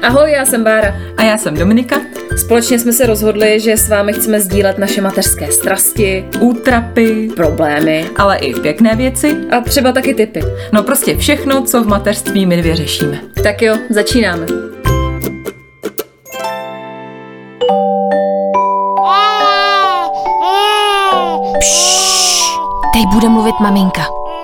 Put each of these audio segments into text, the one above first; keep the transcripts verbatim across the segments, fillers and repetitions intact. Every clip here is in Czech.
Ahoj, já jsem Bára. A já jsem Dominika. Společně jsme se rozhodli, že s vámi chceme sdílet naše mateřské strasti, útrapy, problémy, ale i pěkné věci. A třeba taky tipy. No prostě všechno, co v mateřství my dvě řešíme. Tak jo, začínáme. Pšš, teď bude mluvit maminka.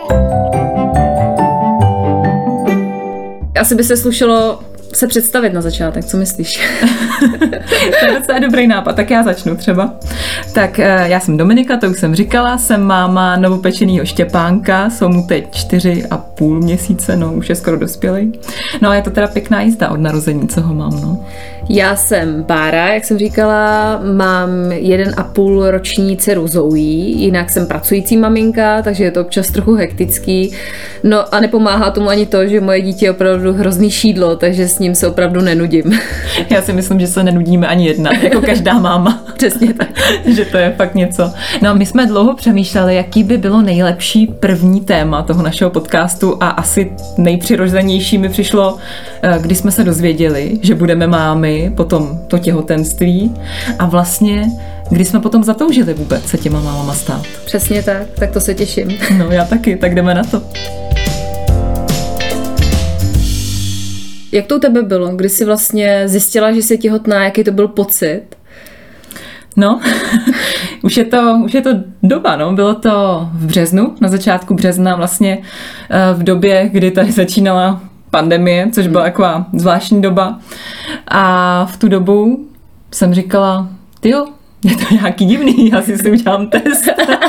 Asi by se slušelo se představit na začátek, co myslíš? To je docela dobrý nápad, tak já začnu třeba. Tak já jsem Dominika, to už jsem říkala, jsem máma novopečenýho Štěpánka, jsou mu teď čtyři a půl měsíce, no už je skoro dospělej. No a je to teda pěkná jízda od narození, co ho mám, no. Já jsem Bára, jak jsem říkala, mám jeden a půl roční dceru Zoe, jinak jsem pracující maminka, takže je to občas trochu hektický. No a nepomáhá tomu ani to, že moje dítě je opravdu hrozný šídlo, takže s ním se opravdu nenudím. Já si myslím, že se nenudíme ani jedna, jako každá máma. Přesně tak. Že to je fakt něco. No a my jsme dlouho přemýšleli, jaký by bylo nejlepší první téma toho našeho podcastu a asi nejpřirozenější mi přišlo, když jsme se dozvěděli, že budeme mámy, potom to těhotenství a vlastně kdy jsme potom zatoužili vůbec se těma mámama stát. Přesně tak, tak to se těším. No já taky, tak jdeme na to. Jak to u tebe bylo, kdy jsi vlastně zjistila, že jsi těhotná, jaký to byl pocit? No, už je to, už je to doba, no. Bylo to v březnu, na začátku března vlastně v době, kdy tady začínala pandemie, což byla taková zvláštní doba. A v tu dobu jsem říkala, tyjo, je to nějaký divný, já si si udělám test.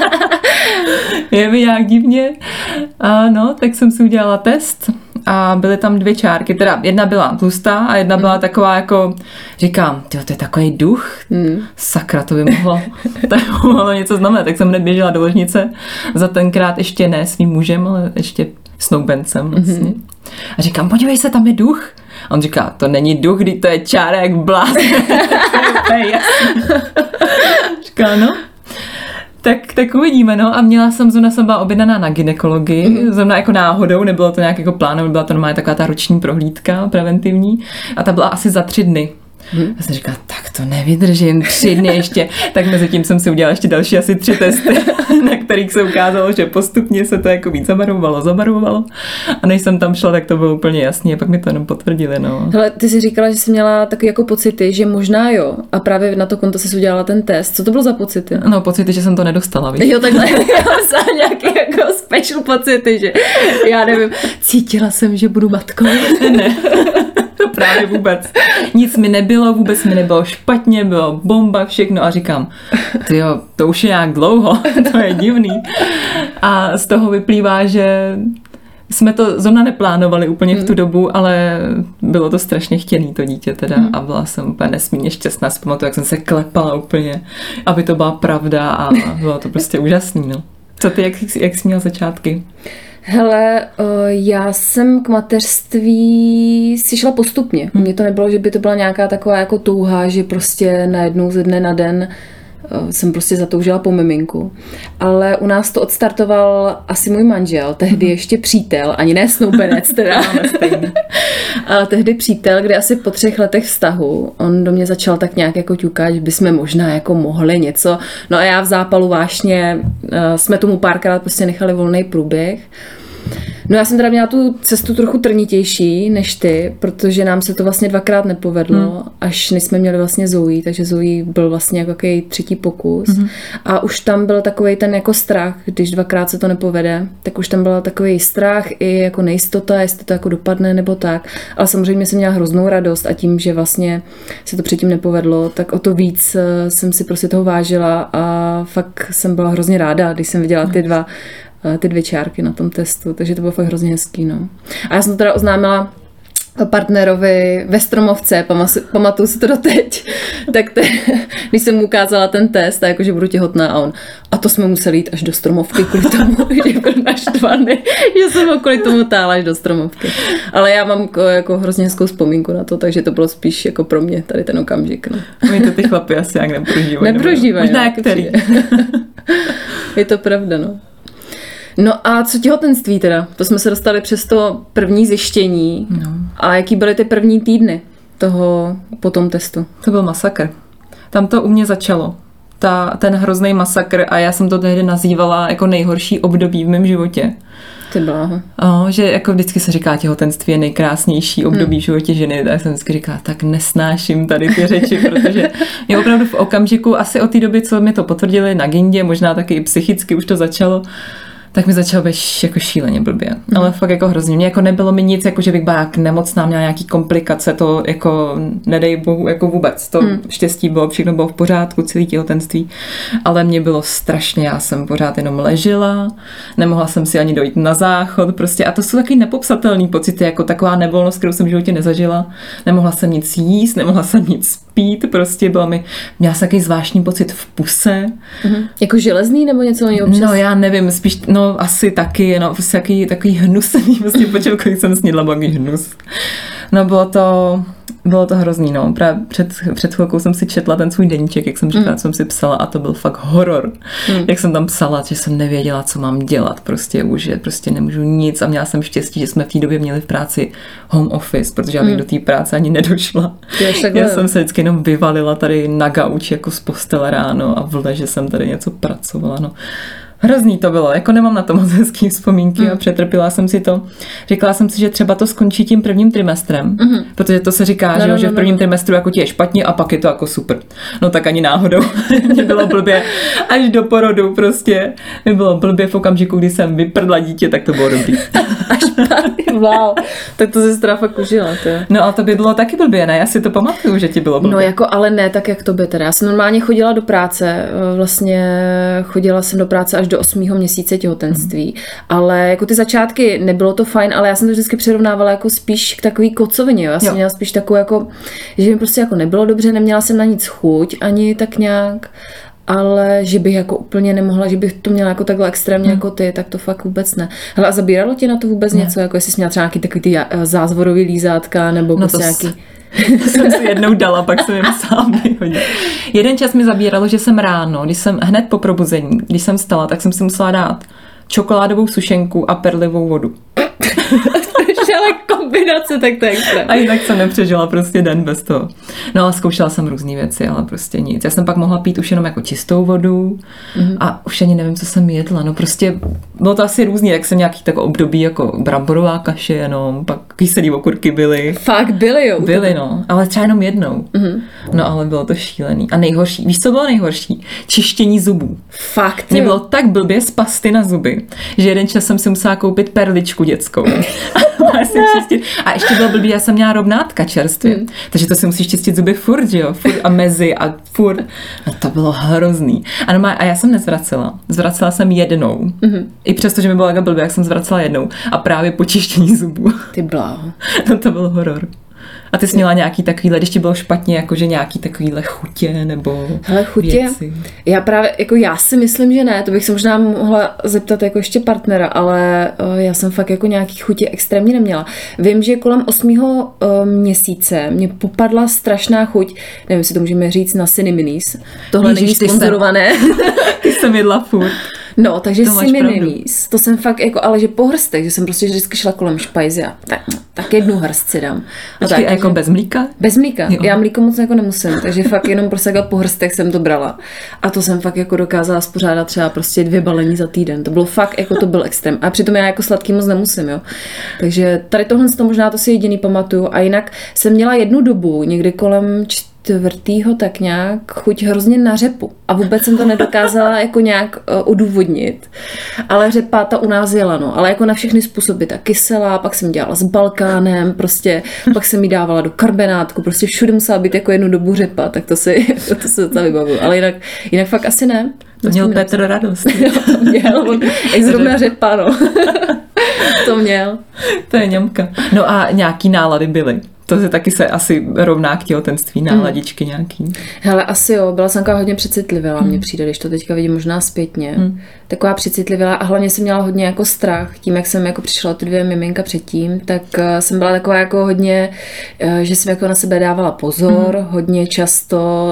Je mi nějak divně. A no, tak jsem si udělala test a byly tam dvě čárky, teda jedna byla tlustá a jedna byla taková jako, říkám, tyjo, to je takový duch, mm. sakra, to by mohlo, to by mohlo něco znamenat, tak jsem hned běžela do ložnice, za tenkrát ještě ne svým mužem, ale ještě snoubencem vlastně. Mm-hmm. A říkám, podívej se, tam je duch. A on říká, to není duch, když to je čára jak blázen. To je jasný. Říká, no. Tak, tak uvidíme, no. A měla jsem, zrovna jsem byla objednaná na gynekologii, mm. zrovna jako náhodou, nebylo to nějak jako plánově, byla to normálně taková ta roční prohlídka preventivní a ta byla asi za tři dny. Hmm. Já jsem říkala, tak to nevydržím, tři dny ještě. Tak mezi tím jsem si udělala ještě další asi tři testy, na kterých se ukázalo, že postupně se to jako víc zabarvovalo, zabarvovalo. A než jsem tam šla, tak to bylo úplně jasný a pak mi to jenom potvrdili, no. Hele, ty jsi říkala, že jsi měla takový jako pocity, že možná jo. A právě na to konto jsi udělala ten test. Co to bylo za pocity? No, pocity, že jsem to nedostala, víš. Jo, takhle. Já jsem nějaký jako special pocity, že já nevím, cítila jsem, že budu matkou. Ne. To právě vůbec. Nic mi nebylo, vůbec mi nebylo špatně, bylo bomba, všechno a říkám, tyjo, to už je nějak dlouho, to je divný. A z toho vyplývá, že jsme to zrovna neplánovali úplně v tu dobu, ale bylo to strašně chtěný to dítě teda a byla jsem úplně nesmírně šťastná. Si pamatuju, jak jsem se klepala úplně, aby to byla pravda a bylo to prostě úžasný, no. Co ty, jak, jak jsi měla začátky? Hele, já jsem k mateřství si šla postupně. Mně to nebylo, že by to byla nějaká taková jako touha, že prostě najednou ze dne na den jsem prostě zatoužila po miminku. Ale u nás to odstartoval asi můj manžel, tehdy ještě přítel, ani ne snoubenec teda. Ale tehdy přítel, kdy asi po třech letech vztahu, on do mě začal tak nějak jako ťukat, že bychom možná jako mohli něco. No a já v zápalu vášně jsme tomu párkrát prostě nechali volný průběh. No já jsem teda měla tu cestu trochu trnitější než ty, protože nám se to vlastně dvakrát nepovedlo, hmm. až než jsme měli vlastně Zoe, takže Zoe byl vlastně jako jaký třetí pokus. Hmm. A už tam byl takovej ten jako strach, když dvakrát se to nepovede, tak už tam byl takový strach i jako nejistota, jestli to jako dopadne nebo tak. Ale samozřejmě jsem měla hroznou radost a tím, že vlastně se to předtím nepovedlo, tak o to víc jsem si prostě toho vážila a fakt jsem byla hrozně ráda, když jsem viděla ty dva ty dvě čárky na tom testu, takže to bylo fakt hrozně hezký, no. A já jsem to teda oznámila partnerovi ve Stromovce, pamatuju si to doteď, tak te, když jsem mu ukázala ten test, a jakože budu těhotná a on, a to jsme museli jít až do Stromovky kvůli tomu, že byl naštvaný, že jsem ho kvůli tomu táhla až do Stromovky. Ale já mám jako, jako hrozně hezkou vzpomínku na to, takže to bylo spíš jako pro mě tady ten okamžik. No. My to ty chlapi asi jak neprožívají. Neprožívají. Možná jak který. Je to pravda, no. No a co těhotenství teda? To jsme se dostali přes to první zjištění. No. A jaký byly ty první týdny? toho po tom testu? To byl masakr. Tam to u mě začalo. Ta, ten hrozný masakr a já jsem to tehdy nazývala jako nejhorší období v mém životě. Ty bláho. O, že jako vždycky se říká, těhotenství je nejkrásnější období hmm. v životě ženy, tak jsem vždycky říkala, tak nesnáším tady ty řeči, protože je opravdu v okamžiku, asi od té doby, co mi to potvrdili na gindě, možná taky i psychicky už to začalo, tak mi začalo být jako šíleně blbě. Mm. Ale fakt jako hrozně. Mně jako nebylo mi nic, jako že bych byla jak nemocná, měla nějaký komplikace, to jako nedej bohu, jako vůbec. To mm. štěstí bylo, všechno bylo v pořádku, celý těhotenství. Ale mě bylo strašně, já jsem pořád jenom ležela, nemohla jsem si ani dojít na záchod, prostě. A to jsou taky nepopsatelný pocity, jako taková nevolnost, kterou jsem v životě nezažila. Nemohla jsem nic jíst, nemohla jsem nic pít, prostě bylo mi, měla jsem takový zvláštní pocit v puse. Mm. Jako železný nebo něco občas? No já nevím, spíš, no No asi taky, no prostě takový, takový hnusný, vlastně počel, kolik jsem snědla, byl hnus. No bylo to, bylo to hrozný, no. Právě před, před chvilkou jsem si četla ten svůj deníček, jak jsem říkala, mm. co jsem si psala a to byl fakt horor. Mm. Jak jsem tam psala, že jsem nevěděla, co mám dělat, prostě už, že prostě nemůžu nic a měla jsem štěstí, že jsme v té době měli v práci home office, protože já bych mm. do té práce ani nedošla. Já jsem se vždycky jenom vyvalila tady na gauč jako z postele ráno a vle, že jsem tady něco pracovala, no. Hrozný to bylo, jako nemám na to moc hezký vzpomínky mm. a přetrpěla jsem si to. Říkala jsem si, že třeba to skončí tím prvním trimestrem, mm. protože to se říká, no, že, no, že v prvním no. trimestru jako ti je špatně a pak je to jako super. No tak ani náhodou. Mě bylo blbě až do porodu prostě. Mě bylo blbě v okamžiku, kdy jsem vyprdla dítě, tak to bylo dobrý. Až wow, tak to jsi teda fakt užila. To. No a to by bylo taky blbě, ne? Já si to pamatuju, že ti bylo blbě. No jako ale ne tak, jak to by teda. Já jsem normálně chodila do práce, vlastně chodila jsem do práce až do osmého měsíce těhotenství, mm. ale jako ty začátky nebylo to fajn, ale já jsem to vždycky přirovnávala jako spíš k takový kocovině, jo. Já jsem jo. měla spíš takovou jako, že mi prostě jako nebylo dobře, neměla jsem na nic chuť, ani tak nějak, ale že bych jako úplně nemohla, že bych to měla jako takhle extrémně hmm. jako ty, tak to fakt vůbec ne. Hele, a zabíralo tě na to vůbec ne. něco, jako jestli jsi měla třeba nějaký takový ty zázvorový lízátka, nebo no prostě nějaký... To jsem si jednou dala, pak jsem jim sám vyhodila. Jeden čas mi zabíralo, že jsem ráno, když jsem hned po probuzení, když jsem stala, tak jsem si musela dát čokoládovou sušenku a perlivou vodu. Ale kombinace, tak to je extra. A jinak jsem nepřežila prostě den bez toho. No ale zkoušela jsem různý věci, ale prostě nic. Já jsem pak mohla pít už jenom jako čistou vodu mm-hmm. a už ani nevím, co jsem jedla. No prostě bylo to asi různý, jak jsem nějaký takové období jako bramborová kaše jenom, pak kyselý okurky byly. Fakt byly, jo? Byly, no. Ale třeba jenom jednou. Mm-hmm. No ale bylo to šílený. A nejhorší, víš, co bylo nejhorší? Čištění zubů. Fakt, Mě bylo tak blbě z pasty na zuby, že jeden čas jsem si musela koupit perličku dětskou. A ještě bylo blbý, já jsem měla rovnátka čerstvě, mm. takže to si musíš čistit zuby furt, jo, furt a mezi a furt. A to bylo hrozný. A, normálně, a já jsem nezvracela. Zvracela jsem jednou. Mm-hmm. I přesto, že mi bylo jako blbě, jak jsem zvracela jednou. A právě po čištění zubů. Ty bláho. No to byl horor. A ty jsi měla nějaký takovýhle, když ti bylo špatně, jakože nějaký takovýhle chutě nebo Hele, chutě, věci? Já právě, jako já si myslím, že ne, to bych se možná mohla zeptat jako ještě partnera, ale uh, já jsem fakt jako nějaký chutě extrémně neměla. Vím, že kolem osmého uh, měsíce mě popadla strašná chuť, nevím, jestli to můžeme říct na Cineminis. Tohle Ježiš, není sponzorované. Ty jsem jedla furt. No, takže Cineminis, to jsem fakt jako, ale že po hrstech, že jsem prostě vždycky šla kolem špajzy a tak, tak jednu hrst si dám. A tak, a jako že... bez mlíka? Bez mlíka. Jo. Já mlíko moc jako nemusím, takže fakt jenom prostě jako po hrstech jsem to brala. A to jsem fakt jako dokázala spořádat třeba prostě dvě balení za týden. To bylo fakt, jako to byl extrém. A přitom já jako sladký moc nemusím, jo. Takže tady tohle to možná to si jediný pamatuju. A jinak jsem měla jednu dobu, někdy kolem čtvrtýho tak nějak chuť hrozně na řepu. A vůbec jsem to nedokázala jako nějak uh, odůvodnit. Ale řepa ta u nás jela, no. Ale jako na všechny způsoby. Ta kyselá, pak jsem dělala s Balkánem, prostě, pak jsem ji dávala do karbenátku, prostě všude musela být jako jednu dobu řepa, tak to si to se to vybavuju. Ale jinak, jinak fakt asi ne. To měl Petr radost. Jo, to měl, on je zrovna řepa, no. To měl. To je ňamka. No a nějaký nálady byly. To se taky se asi rovná k těhotenství, náladičky hmm. nějaký. Hele, asi jo, byla jsem taková hodně přecitlivěla, hmm. mně přijde, když to teďka vidím možná zpětně. Hmm. Taková přecitlivěla a hlavně jsem měla hodně jako strach. Tím, jak jsem jako přišla ty dvě miminka předtím, tak uh, jsem byla taková jako hodně, uh, že jsem jako na sebe dávala pozor, hmm. hodně často uh,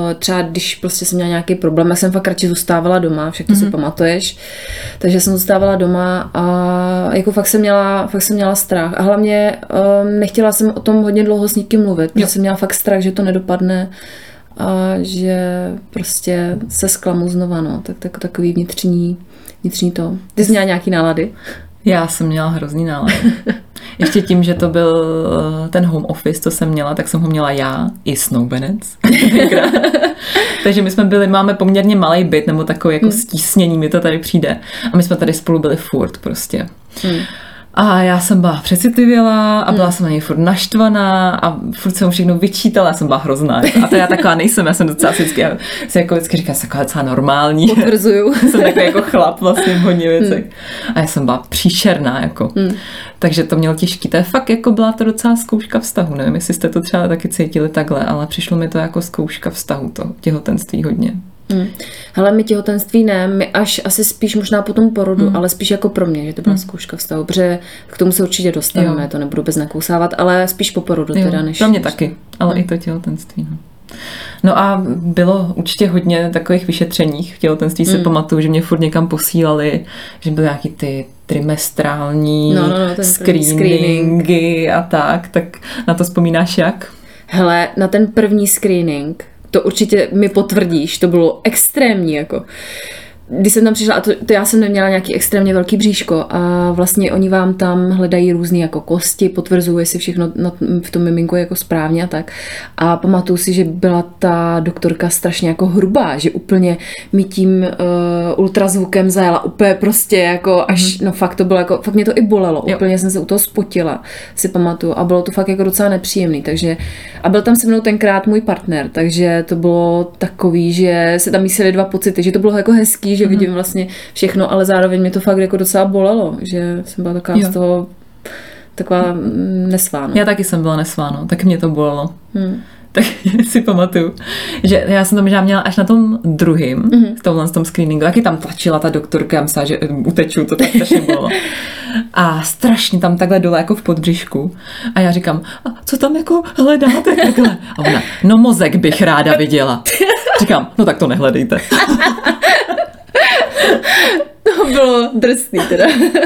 třeba když prostě jsem měla nějaký problém, já jsem fakt radši zůstávala doma, však to mm-hmm. si pamatuješ, takže jsem zůstávala doma a jako fakt jsem měla, fakt jsem měla strach a hlavně um, nechtěla jsem o tom hodně dlouho s nikým mluvit, protože jsem měla fakt strach, že to nedopadne a že prostě se zklamu znova, no, tak, tak takový vnitřní, vnitřní to. Ty jsi měla nějaký nálady? Já jsem měla hrozný nálady. Ještě tím, že to byl ten home office, co jsem měla, tak jsem ho měla já i snoubenec. Takže my jsme byli, máme poměrně malý byt, nebo takový jako stísnění, mi to tady přijde. A my jsme tady spolu byli furt prostě. Hmm. A já jsem byla přecitlivělá a byla hmm. jsem na něj furt naštvaná a furt jsem mu všechno vyčítala, já jsem byla hrozná. A to já taková nejsem, já jsem docela vždycky, já si jako vždycky říkám, jsem taková docela normální. Potvrzuju. Jsem takový jako chlap vlastně v hodně věcech. Hmm. A já jsem byla příšerná, jako. Hmm. Takže to mělo těžký. To je fakt, jako byla to docela zkouška vztahu. Nevím, jestli jste to třeba taky cítili takhle, ale přišlo mi to jako zkouška vztahu, to těhotenství hodně. Hmm. Hele, my těhotenství ne, my až asi spíš možná po tom porodu, hmm. ale spíš jako pro mě, že to byla hmm. zkouška vztahu, protože k tomu se určitě dostaneme, jo. To nebudu bez nakousávat, ale spíš po porodu jo. teda než... Pro mě taky, ale hmm. i to těhotenství. No. No a bylo určitě hodně takových vyšetřeních v těhotenství, hmm. si pamatuju, že mě furt někam posílali, že byly nějaký ty trimestrální no, no, no, screeningy screening. A tak, tak na to vzpomínáš jak? Hele, na ten první screening, to určitě mi potvrdíš, to bylo extrémní, jako. Když jsem tam přišla, a to, to já jsem neměla nějaký extrémně velký bříško a vlastně oni vám tam hledají různé jako kosti, potvrzují, jestli všechno na, v tom miminku je jako správně a tak. A pamatuju si, že byla ta doktorka strašně jako hrubá, že úplně mi tím uh, ultrazvukem zajela úplně prostě jako až, mm-hmm. no fakt to bylo jako, fakt mě to i bolelo, jo. Úplně jsem se u toho spotila, si pamatuju a bylo to fakt jako docela nepříjemný, takže a byl tam se mnou tenkrát můj partner, takže to bylo takový, že se tam mísily dva pocity, že to bylo jako hezký, že vidím vlastně všechno, ale zároveň mě to fakt jako docela bolelo, že jsem byla taková jo. z toho taková nesváno. Já taky jsem byla nesváno, tak mě to bolelo. Hmm. Tak si pamatuju, že já jsem to možná měla až na tom druhým, mm-hmm. v tomhle tom screeningu, taky tam tlačila ta doktorka, já myslela, že uteču, to tak strašně bylo. A strašně tam takhle dole jako v podbřišku. A já říkám, a co tam jako hledáte takhle? A ona, no mozek bych ráda viděla. Říkám, no tak to nehledejte. To bylo drsný teda.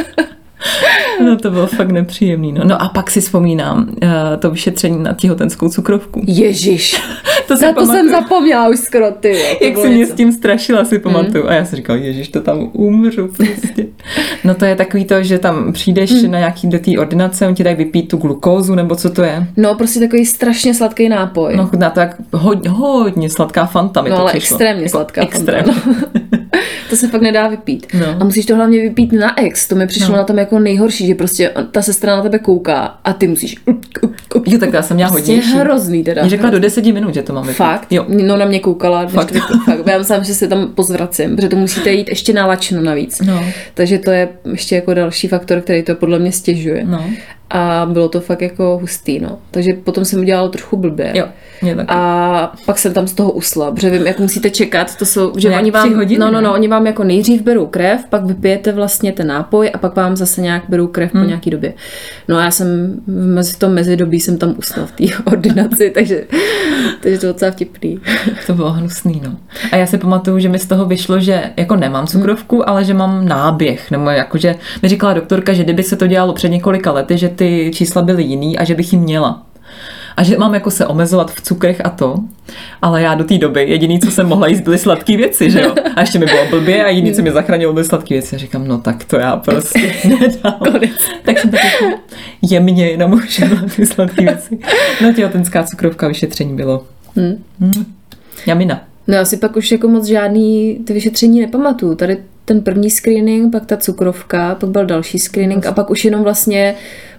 No to bylo fakt nepříjemný. No, no a pak si vzpomínám uh, to vyšetření na těhotenskou cukrovku. Ježiš, to na to pamatuju. Jsem zapomněla už skoro, ty. Jo, jak se mě s tím strašila, si pamatuju. Mm. A já si říkala, ježiš, to tam umřu prostě. No to je takový to, že tam přijdeš mm. na nějaký do té ordinace, on ti dají vypít tu glukózu, nebo co to je? No prostě takový strašně sladký nápoj. No chutná to jak hodně, hodně sladká Fanta mi no, to ale přišlo. extrémně jako sladká extrémně. Fanta. No. To se fakt nedá vypít. No. A musíš to hlavně vypít na ex. To mi přišlo no. na tom jako nejhorší, že prostě ta sestra na tebe kouká a ty musíš... Jo, tak já jsem měla hodně. Je hrozný teda. Mě řekla do deseti minut, že to mám vypít. Fakt? Jo. No na mě koukala. Fakt. Fakt. Já myslím, že se tam pozvracím, protože to musíte jít ještě na lačno navíc. No. Takže to je ještě jako další faktor, který to podle mě stěžuje. No. A bylo to fakt jako hustý, no. Takže potom jsem udělala trochu blbě. Jo, mě taky. A pak jsem tam z toho usla, protože vím, jak musíte čekat, to jsou, že no, oni vám, hodiny, no, no, no, oni vám jako nejdřív berou krev, pak vypijete vlastně ten nápoj a pak vám zase nějak berou krev hmm. po nějaký době. No a já jsem v tom mezidobí jsem tam usla v té ordinaci, takže, takže to docela vtipný. To bylo hnusný, no. A já si pamatuju, že mi z toho vyšlo, že jako nemám cukrovku, hmm. ale že mám náběh, nebo jako, že mi říkala doktorka, že kdyby se to dělalo před několika lety, že ty čísla byly jiný a že bych jim měla. A že mám jako se omezovat v cukrech a to, ale já do té doby jediný, co jsem mohla jíst, byly sladké věci, že jo? A ještě mi bylo blbě a jediný, co mě zachránilo, byly sladké věci. A říkám, no tak to já prostě nedám. Tak jsem tak jako jemně jenom užila ty sladké věci. No těhotenská cukrovka vyšetření bylo. Hmm. Hmm. Jamina. No já si pak už jako moc žádný ty vyšetření nepamatuju. Tady ten první screening, pak ta cukrovka, pak byl další screening a pak už jenom vlastně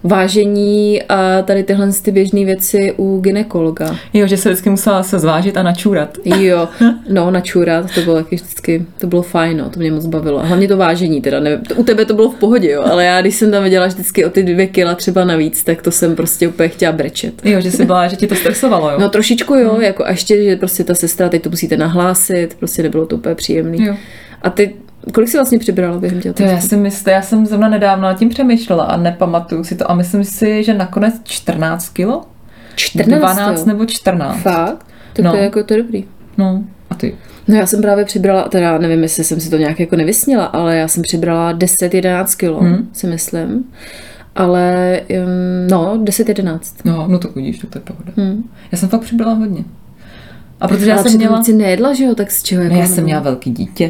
vážení a tady tyhle ty běžné věci u gynekologa. Jo, že se vždycky musela se zvážit a načůrat. Jo, no načůrat, to bylo taky vždycky, to bylo fajn, no, to mě moc bavilo. A hlavně to vážení teda, nevím, to, u tebe to bylo v pohodě, jo, ale já když jsem tam viděla vždycky o ty dvě kila třeba navíc, tak to jsem prostě úplně chtěla brečet. Jo, že jsi byla, že ti to stresovalo, jo? No trošičku jo, hmm. jako a ještě, že prostě ta sestra, teď to musíte nahlásit, prostě nebylo to úplně příjemný. Jo. A ty kolik jsi vlastně přibrala během těhotenství? Já si myslím, já jsem zrovna nedávno nad tím přemýšlela a nepamatuju si to a myslím si, že nakonec čtrnáct kilo? čtrnáct dvanáct nebo čtrnáct. Fakt? Tak no. to je jako to dobrý. No, a ty? No já jsem právě přibrala, teda nevím, jestli jsem si to nějak jako nevysnila, ale já jsem přibrala deset jedenáct kilo, hmm. si myslím. Ale um, no, deset jedenáct. No, no to vidíš, to je pohoda. Hmm. Já jsem fakt přibrala hodně. A protože ale já jsem měla... si nejedla, že jo, tak z čeho? No, jako já jsem měla velký dítě.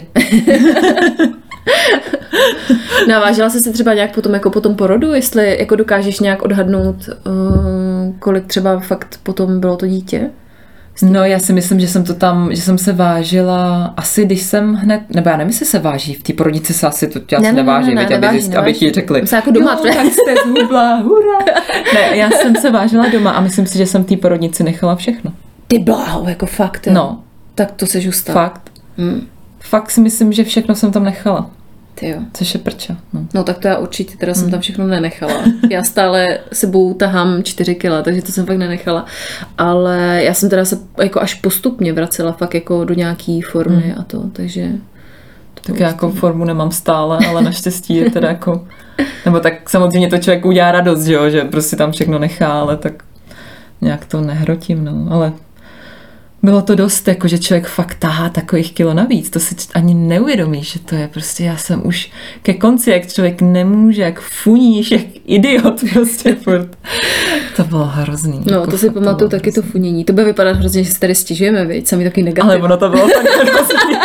Navážila jsi se třeba nějak potom jako po tom porodu, jestli jako dokážeš nějak odhadnout, uh, kolik třeba fakt potom bylo to dítě? No já si myslím, že jsem to tam, že jsem se vážila asi když jsem hned, nebo já nevím, jestli se váží, v té porodnici se asi to tě asi ne, neváží, ne, ne, ne, neváží, aby, aby ti řekli, jako doma, jo, tak jste zhubla, hurá. Ne, já jsem se vážila doma a myslím si, že jsem v té porodnici nechala všechno. Ty bláho, jako fakt, jo. No. Tak to seš hustá. Fakt. Hmm. Fakt si myslím, že všechno jsem tam nechala. Ty jo. Což je prča. No. no tak to já určitě teda hmm. jsem tam všechno nenechala. Já stále sebou tahám čtyři kila, takže to jsem fakt nenechala. Ale já jsem teda se jako až postupně vracela fakt jako do nějaký formy hmm. a to, takže... To tak já jako formu nemám stále, ale naštěstí je teda jako... Nebo tak samozřejmě to člověk udělá radost, že jo, že prostě tam všechno nechá, ale tak nějak to nehrotím, no, ale... Bylo to dost, jako že člověk fakt tahá takových kilo navíc, to si ani neuvědomí, že to je prostě, já jsem už ke konci, jak člověk nemůže, jak funíš, jak idiot prostě furt. To bylo hrozný. No, jako to si pamatuju taky hrozný. To funění. To by vypadat hrozně, že se tady stěžujeme, viď, sami taky negativní. Ale ono to bylo tak hrozný.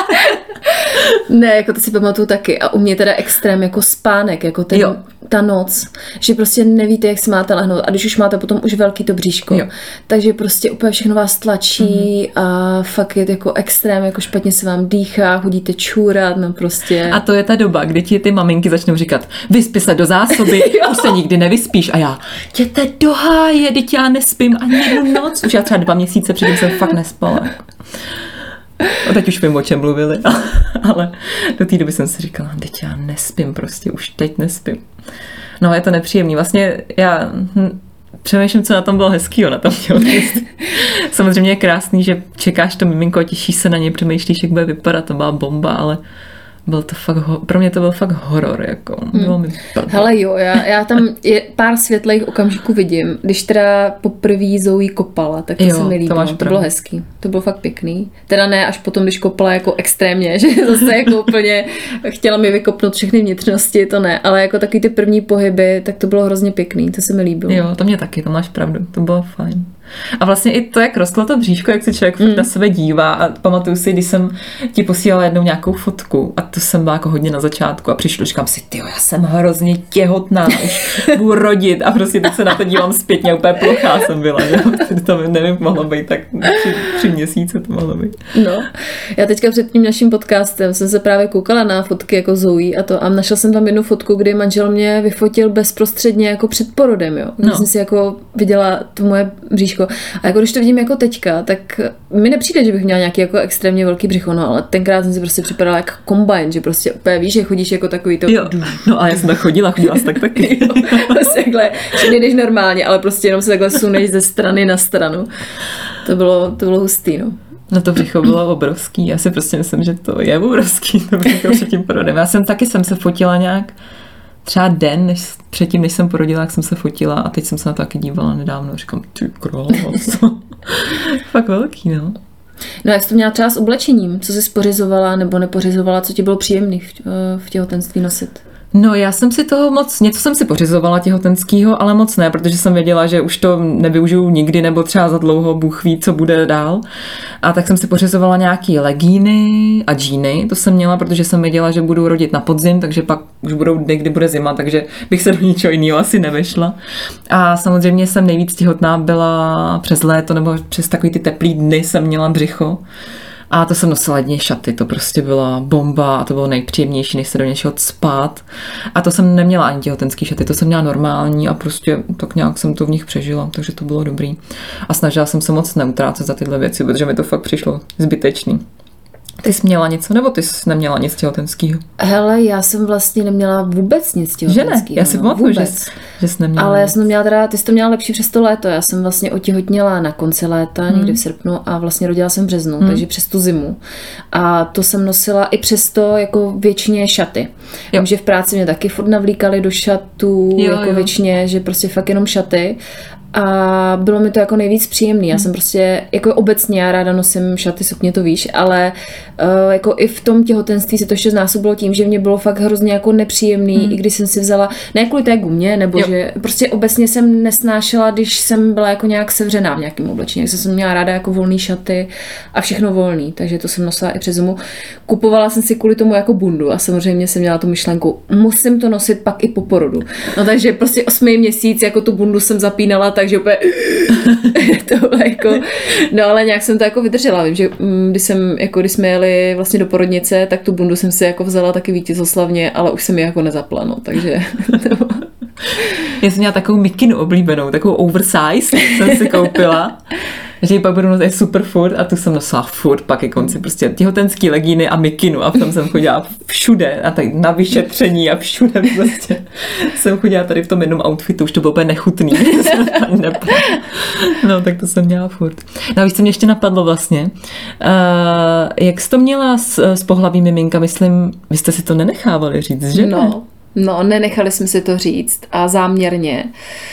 Ne, jako to si pamatuju taky. A u mě teda extrém jako spánek, jako ten, ta noc, že prostě nevíte, jak se máte lehnout. A když už máte potom už velký to bříško, jo. Takže prostě úplně všechno vás tlačí mm-hmm. a fakt je jako extrém, jako špatně se vám dýchá, chodíte čůrat, no prostě. A to je ta doba, kdy ti ty maminky začnou říkat, vyspí se do zásoby, už se nikdy nevyspíš. A já, jděte do háje, teď já nespím ani jednu noc. Už já třeba dva měsíce předtím jsem fakt nespala. A teď už vím, o čem mluvili, ale do té doby jsem si říkala, teď já nespím prostě, už teď nespím. No je to nepříjemný. Vlastně já hm, přemýšlím, co na tom bylo hezkýho, na tom těhotenství. Samozřejmě je krásný, že čekáš to miminko, těšíš se na něj, přemýšlíš, jak bude vypadat, to byla bomba, ale byl to fakt, pro mě to byl fakt horor, jako. Bylo mi Hele jo, já, já tam je pár světlejch okamžiků vidím. Když teda poprvé Zoe kopala, tak to jo, se mi líbilo. To, to bylo hezký. To bylo fakt pěkný. Teda ne až potom, když kopala jako extrémně, že zase jako úplně chtěla mi vykopnout všechny vnitřnosti, to ne. Ale jako takový ty první pohyby, tak to bylo hrozně pěkný, to se mi líbilo. Jo, to mě taky, to máš pravdu, to bylo fajn. A vlastně i to, jak rostlo to bříško, jak se člověk mm. na sebe dívá a pamatuju si, když jsem ti posílala jednou nějakou fotku a to jsem byla jako hodně na začátku a přišlo, říkám si, tyjo, já jsem hrozně těhotná, už budu rodit a prostě teď se na to dívám zpětně, úplně plochá jsem byla, že? To nevím, mohlo být tak tři, tři měsíce to mohlo být. No, já teďka před tím naším podcastem jsem se právě koukala na fotky jako Zoe a to a našla jsem tam jednu fotku, kdy manžel mě vyfotil bezprostředně jako před porodem, jo. Když no. jsem si jako viděla to moje bříško. A jako když to vidím jako teďka, tak mi nepřijde, že bych měla nějaký jako extrémně velký břicho, no, ale tenkrát jsem si prostě připadala jako kombajn, že prostě úplně víš, že chodíš jako takový to... Jo, no a já jsem tak chodila, chodila jsi tak taky. Jo, prostě takhle, že nejdeš normálně, ale prostě jenom se takhle suneš ze strany na stranu. To bylo, to bylo hustý, no. No to břicho bylo obrovský, já si prostě myslím, že to je obrovský, to břicho před tím porodem. Já jsem taky jsem se fotila nějak třeba den, než, předtím, než jsem porodila, jak jsem se fotila a teď jsem se na to taky dívala nedávno. Říkám, ty krása. Fakt velký, no. No jak jsi to měla třeba s oblečením? Co jsi pořizovala nebo nepořizovala? Co ti bylo příjemný v, v těhotenství nosit? No já jsem si toho moc, něco jsem si pořizovala těhotenskýho, ale moc ne, protože jsem věděla, že už to nevyužiju nikdy nebo třeba za dlouho, Bůh ví, co bude dál. A tak jsem si pořizovala nějaký legíny a džíny, to jsem měla, protože jsem věděla, že budu rodit na podzim, takže pak už budou dny, kdy bude zima, takže bych se do ničeho jiného asi nevešla. A samozřejmě jsem nejvíc těhotná byla přes léto nebo přes takový ty teplý dny jsem měla břicho. A to jsem nosila jedně šaty, to prostě byla bomba a to bylo nejpříjemnější, než se do něčeho spát. A to jsem neměla ani těhotenský šaty, to jsem měla normální a prostě tak nějak jsem to v nich přežila, takže to bylo dobrý. A snažila jsem se moc neutrácet za tyhle věci, protože mi to fakt přišlo zbytečný. Ty jsi měla něco, nebo ty jsi neměla nic těhotenského? Hele, já jsem vlastně neměla vůbec nic těhotenského. Že ne? Já si no, pamatuju, že, že jsi neměla Ale nic. já jsem to měla teda, ty jsi to měla lepší přes to léto. Já jsem vlastně otěhotněla na konci léta, hmm. někdy v srpnu a vlastně rodila jsem v březnu, hmm. takže přes tu zimu. A to jsem nosila i přesto jako většině šaty. Vím, že v práci mě taky furt navlíkali do šatů, jo, jako jo. většině, že prostě fakt jenom šaty. a bylo mi to jako nejvíc příjemný. Já jsem prostě, jako obecně já ráda nosím šaty, sukně, to víš, ale uh, jako i v tom těhotenství se to ještě znásobilo tím, že mě bylo fakt hrozně jako nepříjemný, hmm. i když jsem si vzala, ne kvůli té gumě, nebo jo. že prostě obecně jsem nesnášela, když jsem byla jako nějak sevřená v nějakém oblečení, takže jsem měla ráda jako volný šaty a všechno volný, takže to jsem nosila i přes zimu. Kupovala jsem si kvůli tomu jako bundu a samozřejmě jsem měla tu myšlenku, musím to nosit pak i po porodu. No takže prostě osmý měsíc jako tu bundu jsem zapínala, takže úplně to bylo jako, no ale nějak jsem to jako vydržela. Vím, že když jsem, jako když jsme jeli vlastně do porodnice, tak tu bundu jsem si jako vzala taky vítězoslavně, ale už jsem ji jako nezapla, no, takže to... Já jsem měla takovou mikinu oblíbenou, takovou oversize jsem si koupila. Že ji pak budu nosit super furt a tu jsem nosila furt, pak je konci prostě těhotenský legíny a mikinu a v tom jsem chodila všude a tak na vyšetření a všude prostě jsem chodila tady v tom jednom outfitu, už to bylo úplně nechutný. No tak to jsem měla furt. No a víš, co mě ještě napadlo vlastně, uh, jak jsi to měla s, s pohlaví miminka, myslím, vy jste si to nenechávali říct, že? No, no nenechali jsme si to říct a záměrně.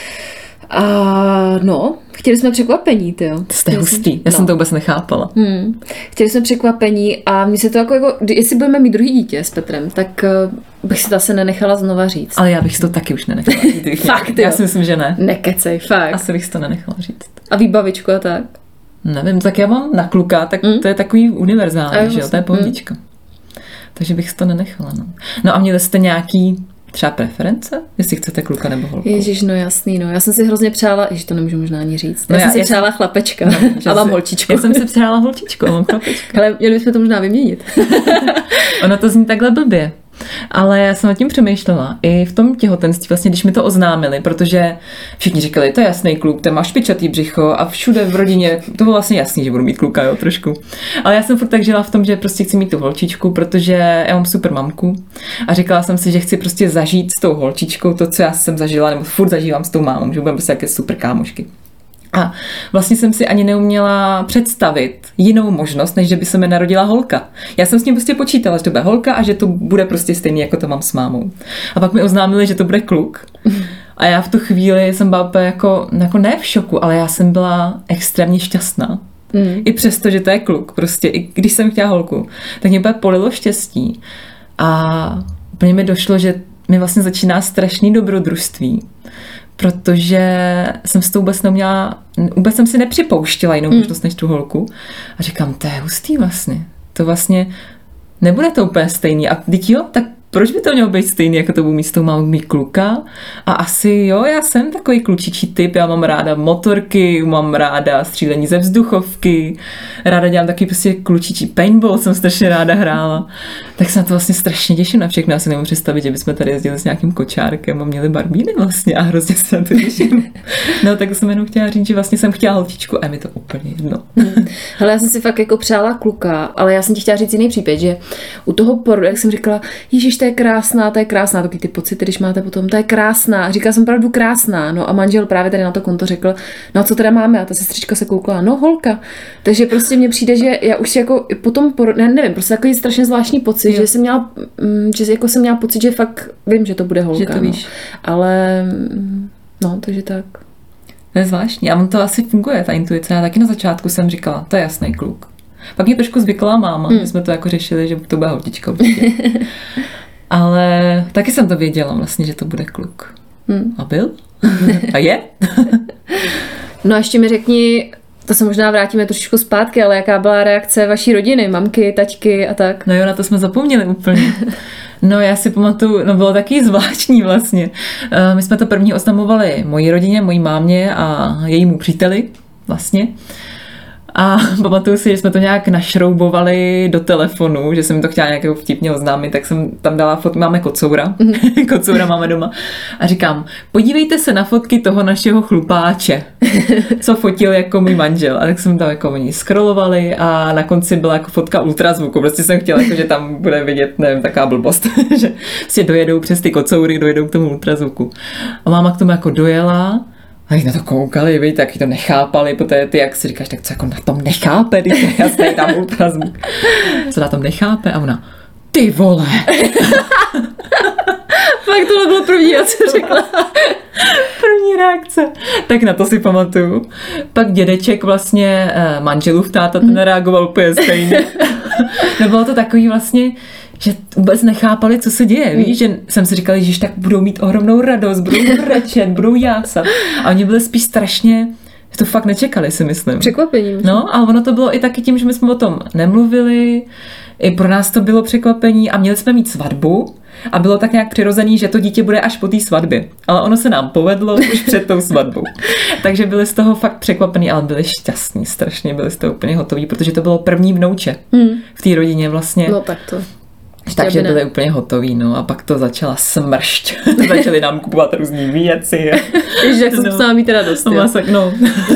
A no, chtěli jsme překvapení, tyjo. To jste hustý, já no. jsem to vůbec nechápala. Hmm. Chtěli jsme překvapení a mně se to jako, jako, jestli budeme mít druhý dítě s Petrem, tak uh, bych si to asi nenechala znova říct. Ale já bych si to taky už nenechala říct. Fakt, já si myslím, že ne. Nekecej, fakt. Asi bych si to nenechala říct. A výbavičku a tak? Nevím, tak já mám na kluka, tak mm. to je takový univerzální, že jo, to je pohodička. Mm. Takže bych si to nenechala, no. No a měli jste nějaký třeba preference, jestli chcete kluka nebo holku? Ježiš, no jasný, no. Já jsem si hrozně přála, ježiš, to nemůžu možná ani říct. Já, no já jsem si já přála jsem... chlapečka no, a mám si... holčičku. Já jsem si přála holčičku a mám chlapečka. Ale měli bychom to možná vyměnit. Ono to zní takhle blbě. Ale já jsem nad tím přemýšlela. I v tom těhotenství, vlastně, když mi to oznámili, protože všichni říkali, to je jasný kluk, ten má špičatý břicho a všude v rodině, to bylo vlastně jasný, že budu mít kluka, jo, trošku. Ale já jsem furt tak žila v tom, že prostě chci mít tu holčičku, protože já mám super mamku a říkala jsem si, že chci prostě zažít s tou holčičkou to, co já jsem zažila, nebo furt zažívám s tou mámou, že budeme prostě jaké super kámošky. A vlastně jsem si ani neuměla představit jinou možnost, než že by se mi narodila holka. Já jsem s tím prostě počítala, že to bude holka a že to bude prostě stejný, jako to mám s mámou. A pak mi oznámili, že to bude kluk. A já v tu chvíli jsem byla jako, jako ne v šoku, ale já jsem byla extrémně šťastná. Mm. I přesto, že to je kluk. Prostě i když jsem chtěla holku, tak mě úplně polilo štěstí. A úplně mi došlo, že mi vlastně začíná strašný dobrodružství. Protože jsem s tou vůbec neměla, vůbec jsem si nepřipouštěla jinou možnost mm. než tu holku. A říkám, to je hustý vlastně. To vlastně nebude to úplně stejný. A teď jo, tak proč by to mělo být stejný, jako to budu mít s tou mámou mít kluka? A asi jo, já jsem takový klučičí typ, já mám ráda motorky, mám ráda střílení ze vzduchovky, ráda dělám takový prostě klučičí paintball, jsem strašně ráda hrála. Tak se na to vlastně strašně těším na všechno. Já si nemůžu představit, že bychom tady jezdili s nějakým kočárkem a měli barbíny vlastně a hrozně se na to těším. No tak jsem jenom chtěla říct, že vlastně jsem chtěla holčičku a je mi to úplně jedno. Hmm. Hele, já jsem si fakt jako přála kluka, ale já jsem ti chtěla říct jiný případ, že u toho porodu, jak jsem říkala, Ježíš, to je krásná, to je krásná, takový ty pocity, když máte potom, to je krásná. Říkala jsem opravdu krásná, no a manžel právě tady na to konto řekl, no a co teda máme? A ta sestřička se koukla, no holka. Takže prostě mně přijde, že já už jako potom, ne, nevím, prostě takový strašně zvláštní pocit, jo. že jsem měla, že jako jsem měla pocit, že fakt vím, že to bude holka. Že to víš. No. Ale, no, takže tak. To je zvláštní. A on to asi funguje, ta intuice. Já taky na začátku jsem říkala, to je jasný kluk. Pak mě trošku zvykla máma, hmm. my jsme to jako řešili, že to bude holčička určitě. Ale taky jsem to věděla vlastně, že to bude kluk. Hmm. A byl? A je? No a ještě mi řekni, to se možná vrátíme trošičku zpátky, ale jaká byla reakce vaší rodiny, mamky, taťky a tak? No jo, na to jsme zapomněli úplně. No já si pamatuju, no bylo taky zvláštní vlastně. My jsme to první oznamovali mojí rodině, mojí mámě a jejímu příteli vlastně. A pamatuju si, že jsme to nějak našroubovali do telefonu, že jsem mi to chtěla nějakého vtipně oznámit, tak jsem tam dala fotky, máme kocoura, mm. kocoura máme doma a říkám, podívejte se na fotky toho našeho chlupáče, co fotil jako můj manžel. A tak jsem tam jako oni scrollovali a na konci byla jako fotka ultrazvuku, prostě jsem chtěla, jako, že tam bude vidět, nevím, taková blbost, že si dojedou přes ty kocoury, dojedou k tomu ultrazvuku. A máma k tomu jako dojela, a když na to koukali, víš, taky to nechápali, protože ty, jak si říkáš, tak co jako na tom nechápe, když je jasný tam ultrazvuk. Co na tom nechápe? A ona, ty vole. Fakt tohle bylo první, já co řekla. První reakce. Tak na to si pamatuju. Pak dědeček vlastně, manželův táta, ten reagoval úplně stejně. No bylo to takový vlastně, že vůbec nechápali, co se děje. Víš, že jsem si říkala, že tak budou mít ohromnou radost, budou brečet, budou jásat. A oni byli spíš strašně, že to fakt nečekali, si myslím. Překvapení. Myslím. No a ono to bylo i taky tím, že my jsme o tom nemluvili, i pro nás to bylo překvapení a měli jsme mít svatbu a bylo tak nějak přirozený, že to dítě bude až po té svatbě. Ale ono se nám povedlo už před tou svatbou. Takže byli z toho fakt překvapení, ale byli šťastní, strašně byli z toho úplně hotoví, protože to bylo první vnouče hmm. v té rodině vlastně. No tak to. Takže byli úplně hotoví, no a pak to začala smršť. Začali nám kupovat různý věci. Ježiš, jak jsem no. psala mít radost. No, masak, no.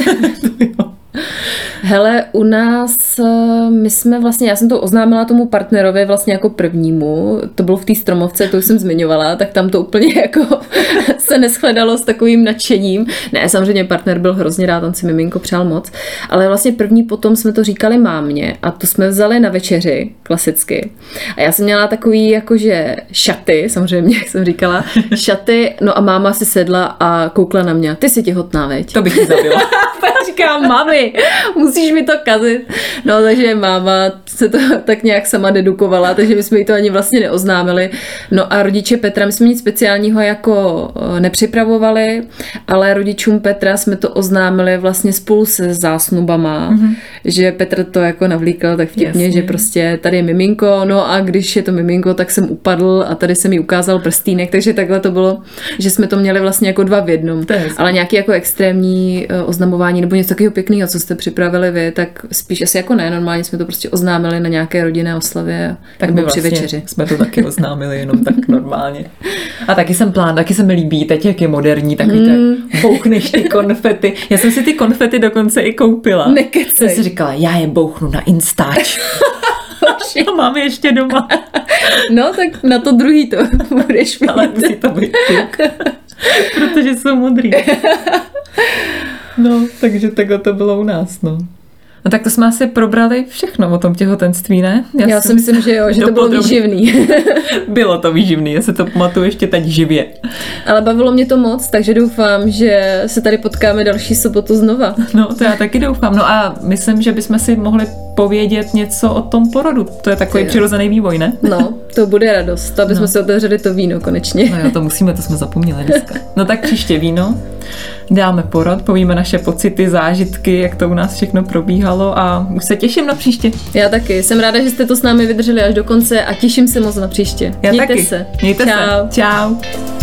Hele, u nás, my jsme vlastně, já jsem to oznámila tomu partnerovi vlastně jako prvnímu, to bylo v té Stromovce, to už jsem zmiňovala, tak tam to úplně jako se neschledalo s takovým nadšením. Ne, samozřejmě partner byl hrozně rád, on si miminko přál moc, ale vlastně první potom jsme to říkali mámě a to jsme vzali na večeři, klasicky. A já jsem měla takový jakože šaty, samozřejmě, jak jsem říkala, šaty, no a máma si sedla a koukla na mě, ty jsi těhotná, veď? To bych ji zabila. Říkám, mami, musíš mi to kazit. No, takže máma se to tak nějak sama dedukovala, takže my jsme jí to ani vlastně neoznámili. No a rodiče Petra, my jsme nic speciálního jako nepřipravovali, ale rodičům Petra jsme to oznámili vlastně spolu se zásnubama, mm-hmm. že Petr to jako navlíkal tak vtipně, že prostě tady je miminko, no a když je to miminko, tak jsem upadl a tady jsem jí ukázal prstýnek, takže takhle to bylo, že jsme to měli vlastně jako dva v jednom. Ale nějaký jako extrémní oznamování nebo něco takového pěkného, co jste připravili vy, tak spíš asi jako ne, normálně jsme to prostě oznámili na nějaké rodinné oslavě tak nebo vlastně při večeři. Jsme to taky oznámili jenom tak normálně. A taky jsem plán, taky se mi líbí, teď jak je moderní, tak víte, mm. bouchneš ty konfety. Já jsem si ty konfety dokonce i koupila. Nekecej. Jsem si říkala, já je bouchnu na Instač. A mám je ještě doma. No, tak na to druhý to budeš mít. Ale musí to být kluk, protože jsou modrý. No, takže takhle to bylo u nás, no. No tak to jsme asi probrali všechno o tom těhotenství, ne? Já, já si myslím, že jo, že to bylo výživný. Bylo to výživný, já se to pamatuju ještě teď živě. Ale bavilo mě to moc, takže doufám, že se tady potkáme další sobotu znova. No, to já taky doufám. No a myslím, že bychom si mohli povědět něco o tom porodu. To je takový přirozený vývoj, ne? No, to bude radost, aby no. jsme si otevřeli to víno konečně. No jo, to musíme, to jsme zapomněli dneska. No tak příště víno, dáme porod, povíme naše pocity, zážitky, jak to u nás všechno probíhalo a už se těším na příště. Já taky. Jsem ráda, že jste to s námi vydrželi až do konce a těším se moc na příště. Já Mějte taky. se. Mějte Čau. se. Čau.